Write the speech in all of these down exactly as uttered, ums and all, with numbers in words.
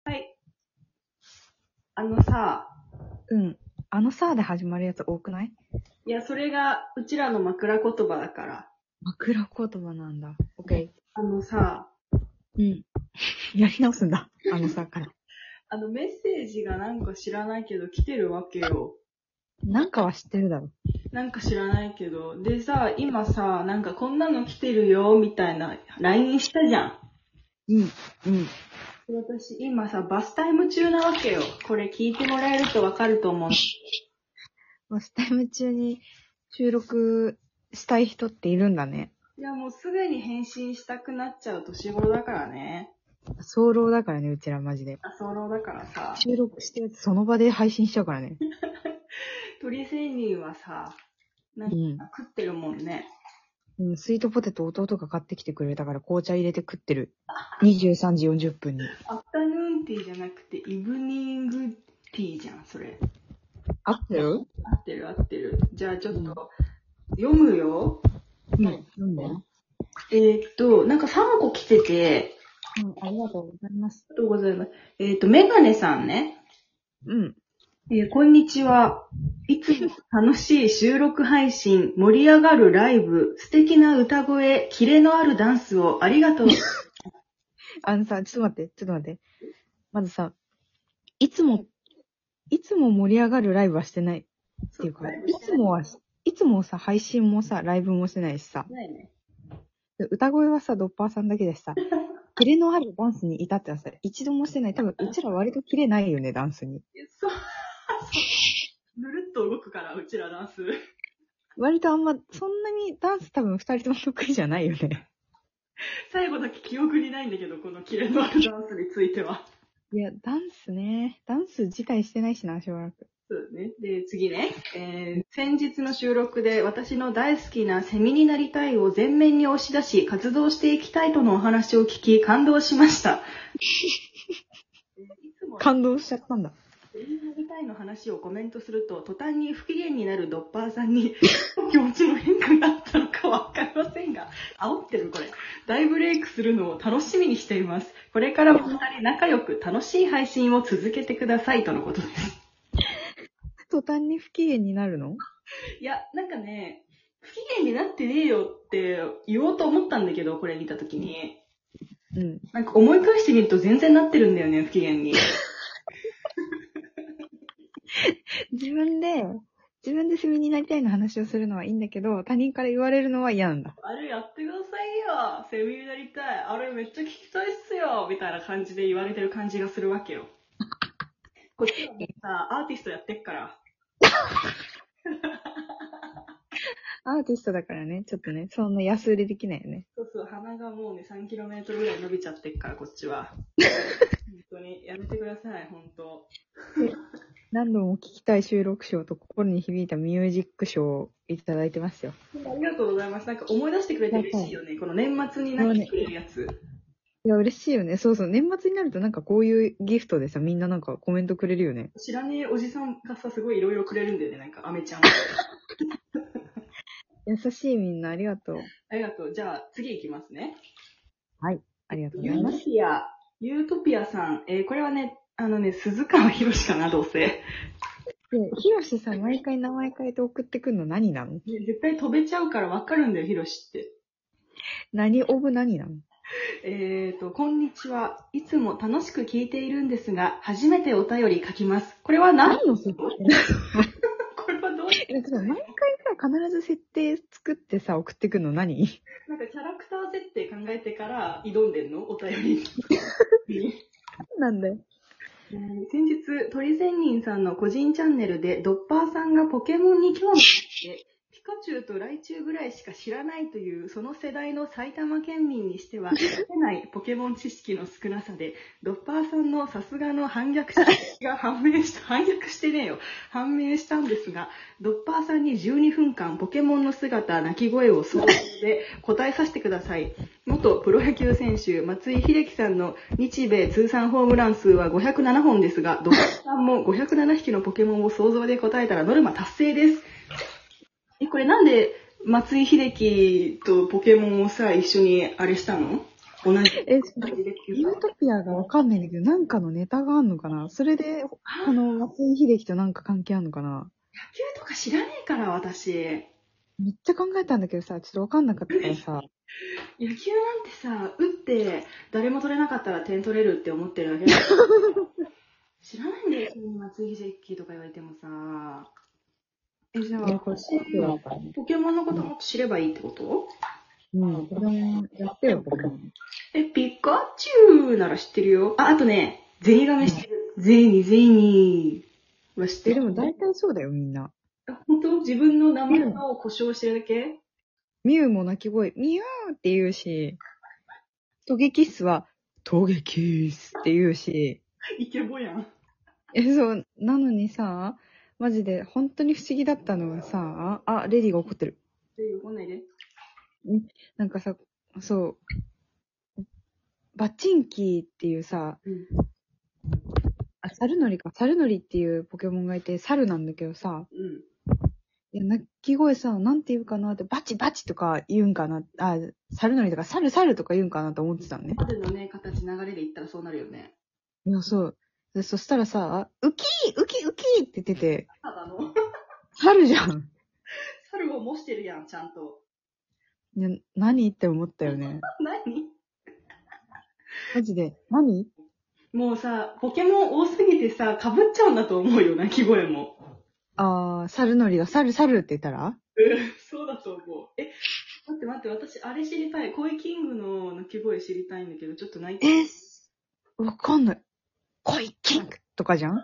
はい。あのさ、 うん。あのさーで始まるやつ多くない？ いや、それがうちらの枕言葉だから。 枕言葉なんだ。オッケあのさ、 ー。うん。やり直すんだ。あのさーから。 あのメッセージがなんか知らないけど来てるわけよ。 なんかは知ってるだろ。 なんか知らないけど。でさ、今さ、なんかこんなの来てるよ、みたいな ライン したじゃん。 うん。うん。 で私今さ、バスタイム中なわけよ。これ聞いてもらえるとわかると思う。 バスタイム中に収録したい人っているんだね。 いや、もうすぐに返信したくなっちゃう年頃だからね。 早漏だからね、うちらマジで。 あ、早漏だからさ。 収録してるやつその場で配信しちゃうからね。 鳥仙人はさ、なんかうん。 食ってるもんね。 うん、スイートポテト弟が買ってきてくれたから紅茶入れて食ってる。にじゅうさんじよんじゅっぷんに。 アフタヌーンティーじゃなくて、イブニングティーじゃん、それ。 合ってる？ 合ってる合ってる。じゃあちょっと、読むよ。 うん。なんで？ えーっと、なんかさんこ来てて、 うん、ありがとうございます。 ありがとうございます。えーっと、メガネさんね。 うん。 えーこんにちは。いつも楽しい収録配信、盛り上がるライブ、素敵な歌声、キレのあるダンスをありがとう。 あのさ、ちょっと待って、ちょっと待って。まずさ、いつも、いつも盛り上がるライブはしてないっていうか、いつもは、いつもさ、配信もさ、ライブもしてないしさ、 ないね。 歌声はさ、ドッパーさんだけだしさ、キレのあるダンスに至ってはさ、一度もしてない。多分、うちら割とキレないよね、ダンスに。 そう。ぬるっと動くから、うちらダンス。 割とあんま、そんなにダンス多分二人とも得意じゃないよね。 最後だけ記憶にないんだけど、このキレのあるダンスについては。 いや、ダンスね。ダンス自体してないしな、しばらく。 そうね。で、次ね。えー、先日の収録で私の大好きなセミになりたいを前面に押し出し、活動していきたいとのお話を聞き、感動しました。えーいつも感動しちゃったんだ。 セミになりたいの話をコメントすると、途端に不機嫌になるドッパーさんに、気持ちの変化があったのかわかりませんが、煽ってるこれ。大ブレイクするのを楽しみにしています。これからも二人仲良く楽しい配信を続けてくださいとのことです。 途端に不機嫌になるの？ いや、なんかね、不機嫌になってねえよって言おうと思ったんだけど、これ見たときに。 うん。 なんか思い返してみると全然なってるんだよね、不機嫌に。 自分で、自分でセミになりたいの話をするのはいいんだけど、他人から言われるのは嫌なんだ。 あれやってくださいよ、セミになりたい。あれめっちゃ聞きたいっすよ、みたいな感じで言われてる感じがするわけよ。こっちはもうさ、アーティストやってっから。 アーティストだからね、ちょっとね、そんな安売りできないよね。 そうそう、鼻がもうね、さんキロメートルぐらい伸びちゃってっから、こっちは。本当に、やめてください、本当。 何度も聞きたい収録賞と心に響いたミュージック賞をいただいてますよ。 ありがとうございます。なんか思い出してくれて嬉しいよね。この年末になってくれるやつ。 いや、嬉しいよね。そうそう。年末になるとなんかこういうギフトでさ、みんななんかコメントくれるよね。 知らねえおじさんがさ、すごいいろいろくれるんだよね。なんか、アメちゃん。 優しいみんなありがとう。 ありがとう。じゃあ、次いきますね。 はい。ありがとうござユーいます。 トピア、ユートピアさん。えー、これはね、あのね、鈴川博士かな、どうせ。 で、ひろしさ、毎回名前変えて送ってくんの何なの？ ね絶対飛べちゃうからわかるんだよ、博士って。 何オブ何なの？ えーと、こんにちは。いつも楽しく聞いているんですが、初めてお便り書きます。これは何何の設定？ これはどうえ、毎回さ、必ず設定作ってさ、送ってくんの何？ なんかキャラクター設定考えてから挑んでんのお便りに。 なんだよ。 えー先日、鳥仙人さんの個人チャンネルで、ドッパーさんがポケモンに興味があって、ピカチュウとライチュウぐらいしか知らないという、その世代の埼玉県民にしては、出せないポケモン知識の少なさで、ドッパーさんのさすがの反逆者が判明した、反逆してねえよ、判明したんですが、ドッパーさんにじゅうにふんかんポケモンの姿、鳴き声を想像で答えさせてください。元プロ野球選手、松井秀喜さんの日米通算ホームラン数はごひゃくななほんですが、ドッパーさんもごひゃくななひきのポケモンを想像で答えたらノルマ達成です。え、これなんで松井秀喜とポケモンをさ、一緒にあれしたの？ 同じえ、 感じでユートピアがわかんないんだけど、なんかのネタがあんのかな？それで、あの、松井秀喜となんか関係あんのかな？ 野球とか知らねえから、私。 めっちゃ考えたんだけどさ、ちょっとわかんなかったからさ。 野球なんてさ、打って誰も取れなかったら点取れるって思ってるだけだから知らないんだよ、急に松井秀喜とか言われてもさ。え、じゃあ、 いや、これシンプルだからね。 ポケモンのこともっと知ればいいってこと？ うん、ポケモンやってよ、ポケモン。 え、ピカチュウなら知ってるよ。あ、あとね、ゼニガメ知ってる。ゼニゼニは知ってえ、でる。 も大体そうだよ、みんな。 あ、本当？自分の名前を故障してるだけ？ ミュウも鳴き声、ミューって言うし、トゲキッスは、トゲキッスって言うし、 イケボやん。 え、そう、なのにさ、マジで本当に不思議だったのがさ、あ、レディが怒ってる。 え、怒んないで。 なんかさ、そう、バチンキーっていうさ、 うん。 あ、サルノリか。サルノリっていうポケモンがいて、サルなんだけどさ、 うん。 いや、鳴き声さ、なんて言うかなって、バチバチとか言うんかな、あ、サルノリとか、サルサルとか言うんかなと思ってたのね。 春のね、形、流れで言ったらそうなるよね。 いや、そう。でそしたらさ、ウキーウキウキーって言ってて、 ただの、 猿じゃん。 猿を模してるやん、ちゃんと。 いや、何って思ったよね。 何？ マジで。何？ もうさ、ポケモン多すぎてさ、被っちゃうんだと思うよ、鳴き声も。 あー、サルノリがサルサルって言ったらうん、そうだと思う。え、待って待って、私、あれ知りたい。コイキングの鳴き声知りたいんだけど、ちょっと泣いて。 えわかんない。コイキングとかじゃん？ や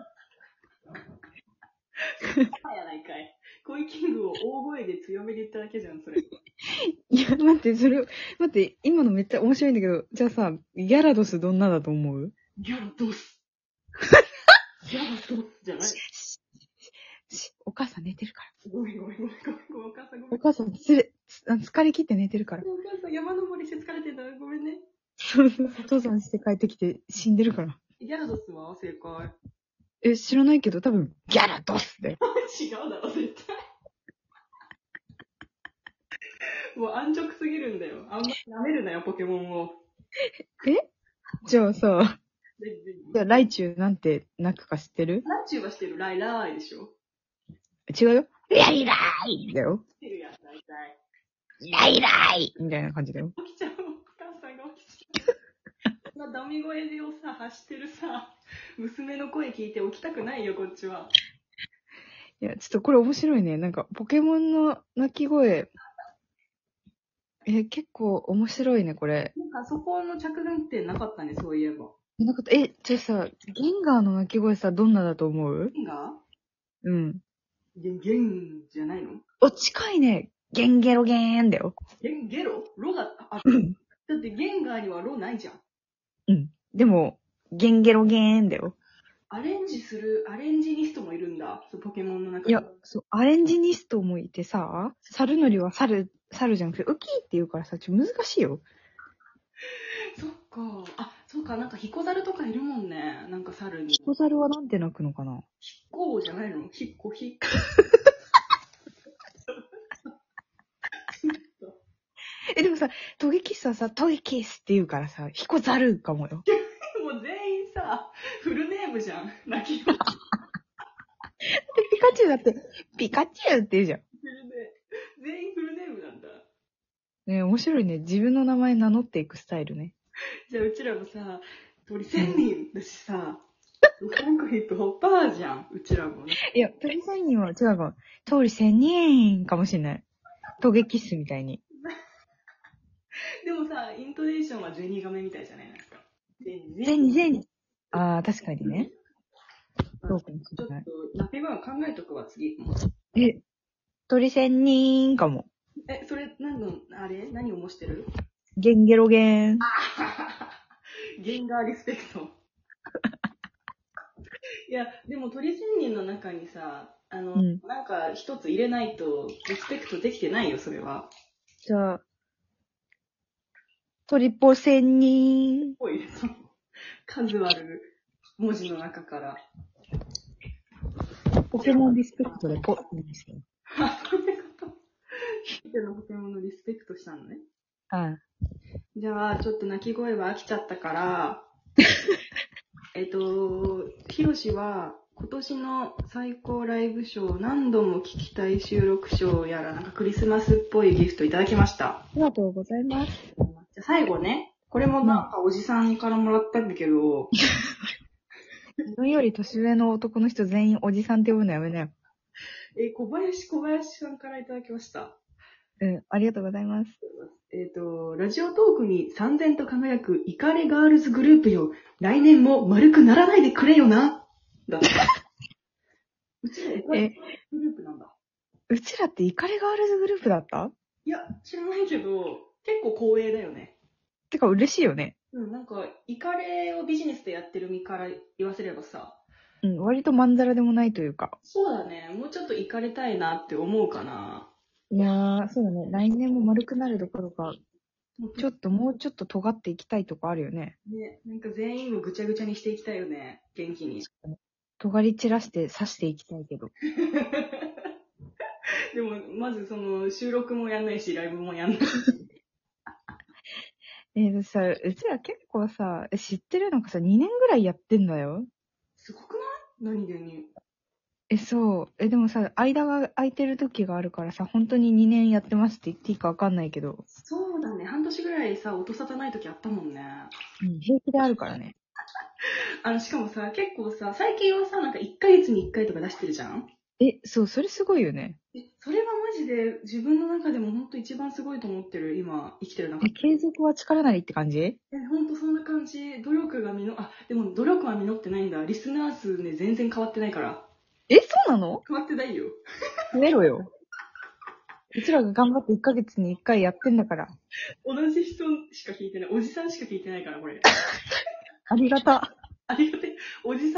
ないかい。コイキングを大声で強めに言っただけじゃん、それ。 いや、待って、それ、待って、今のめっちゃ面白いんだけど、じゃあさ、ギャラドスどんなだと思う？ ギャラドス。ギャラドスじゃない。 しお母さん寝てるかごめんごめんごめんごめんごめん、お母さんごら。 めん。 お母さんつれ、つ疲れ切って寝てるから。 お母さん山登りして疲れてんだ。ごめんね。 そうそうそう。登山して帰ってきて死んでるから。 ギャラドスは正解。 え、知らないけど多分、ギャラドスだよ。 違うだろ、絶対。もう安直すぎるんだよ。あんまり舐めるなよ、ポケモンを。 えじゃあさ、 ででじゃあライチュウなんて鳴くか知ってる？ ランチューはしてる。ライラーイでしょ。 違うよ。ライライだよ。 してるやん、大体。 ライライみたいな感じだよ。 起きちゃう。お母さんが起きちゃう。そんなダミ声をさ、発してるさ、娘の声聞いて起きたくないよ、こっちは。 いや、ちょっとこれ面白いね。なんか、ポケモンの鳴き声、え、結構面白いね、これ。 なんか、そこの着眼点なかったね、そういえば。 なんか、え、じゃあさ、ゲンガーの鳴き声さ、どんなだと思う？ ゲンガうん。 ーゲン、ゲンじゃないの？ お、近いね。ゲンゲロゲーンだよ。 ゲン、ゲロロがある。 うん。 だってゲンガーにはロないじゃん。 うん。でも、ゲンゲロゲーンだよ。 アレンジする、アレンジニストもいるんだ。そうポケモンの中に。 いや、そう、アレンジニストもいてさ、サルノリはサル、サルじゃなくて、ウキーって言うからさ、ちょっと難しいよ。 そっか。あ、そうか、なんかヒコザルとかいるもんね。なんか猿に。 ヒコザルはなんて鳴くのかな？ ヒッコーじゃないの？ヒッコ、ヒッコ。 え、でもさ、トゲキスはさ、トゲキスって言うからさ、ヒコザルかもよ。 もう全員さ、フルネームじゃん。泣き声。 ピカチュウだって、ピカチュウって言うじゃん。 全員フルネームなんだ。 ね、面白いね。自分の名前名乗っていくスタイルね。 じゃあうちらもさ、鳥千人だしさ、ロカンクヒップホッパーじゃん。うちらもね。 いや、鳥仙人は違うかも。鳥仙人かもしれない。トゲキスみたいに。 でもさ、イントネーションはゼニガメみたいじゃないなんか。ゼニゼニゼニ。ああ、確かにね。そうかもしちょっとれない。、 ナピバン考えとくわ、次。 え、鳥仙人かも。 え、それ、何の、あれ何を模してる？ ゲンゲロゲン。 ゲンガーリスペクト。いや、でも鳥仙人の中にさ、あの、 うんなんか一つ入れないと、リスペクトできてないよ、それは。 じゃあ、トリポ仙人。 おい、その、数ある文字の中から。 ポケモンリスペクトでポって言うんですよ。 あ、そういうこと。すべてのポケモンのリスペクトしたのね。 はい。 じゃあ、ちょっと泣き声は飽きちゃったから、えっと、ひろしは、今年の最高ライブショー、何度も聞きたい収録賞やら、なんかクリスマスっぽいギフトいただきました。 ありがとうございます。 じゃあ最後ね、これもなんかおじさんからもらったんだけど、 自分より年上の男の人全員おじさんって呼ぶのやめなよ。 え、小林小林さんからいただきました。 うん、ありがとうございます。 えっと、ラジオトークにさんぜんと輝くイカレガールズグループよ。来年も丸くならないでくれよな。だった。うちらイカレグループなんだ。 うちらってイカレガールズグループだった？ いや、知らないけど、結構光栄だよね。 てか嬉しいよね。 うん、なんか、イカレをビジネスでやってる身から言わせればさ。 うん、割とまんざらでもないというか。 そうだね。もうちょっとイカれたいなって思うかな。 いやー、そうだね。来年も丸くなるどころか、ちょっともうちょっと尖っていきたいとこあるよね。 ね、なんか全員をぐちゃぐちゃにしていきたいよね。元気に。 尖り散らして刺していきたいけど。 でも、まずその、収録もやんないし、ライブもやんないし。 えー、さ、うちら結構さ、知ってるなんかさ、にねんぐらいやってんだよ。 すごくない？何でに。 え、そう。え、でもさ、間が空いてる時があるからさ、本当ににねんやってますって言っていいかわかんないけど。 そうだね。半年ぐらいさ、音沙汰ない時あったもんね。 うん、平気であるからね。 あの、しかもさ、結構さ、最近はさ、なんかいっかげつにいっかいとか出してるじゃん？ え、そう、それすごいよね。 え、それはマジで自分の中でもほんと一番すごいと思ってる、今、生きてる中え、 で。 継続は力なりって感じ？ え、ほんとそんな感じ。努力が実の、あ、でも努力は実ってないんだ。リスナー数ね、全然変わってないから。 え、そうなの？ 変わってないよ。 増えろよ。うちらが頑張っていっかげつにいっかいやってんだから。 同じ人しか聞いてない。おじさんしか聞いてないから、これ。 ありがた。 ありがてえ。おじさん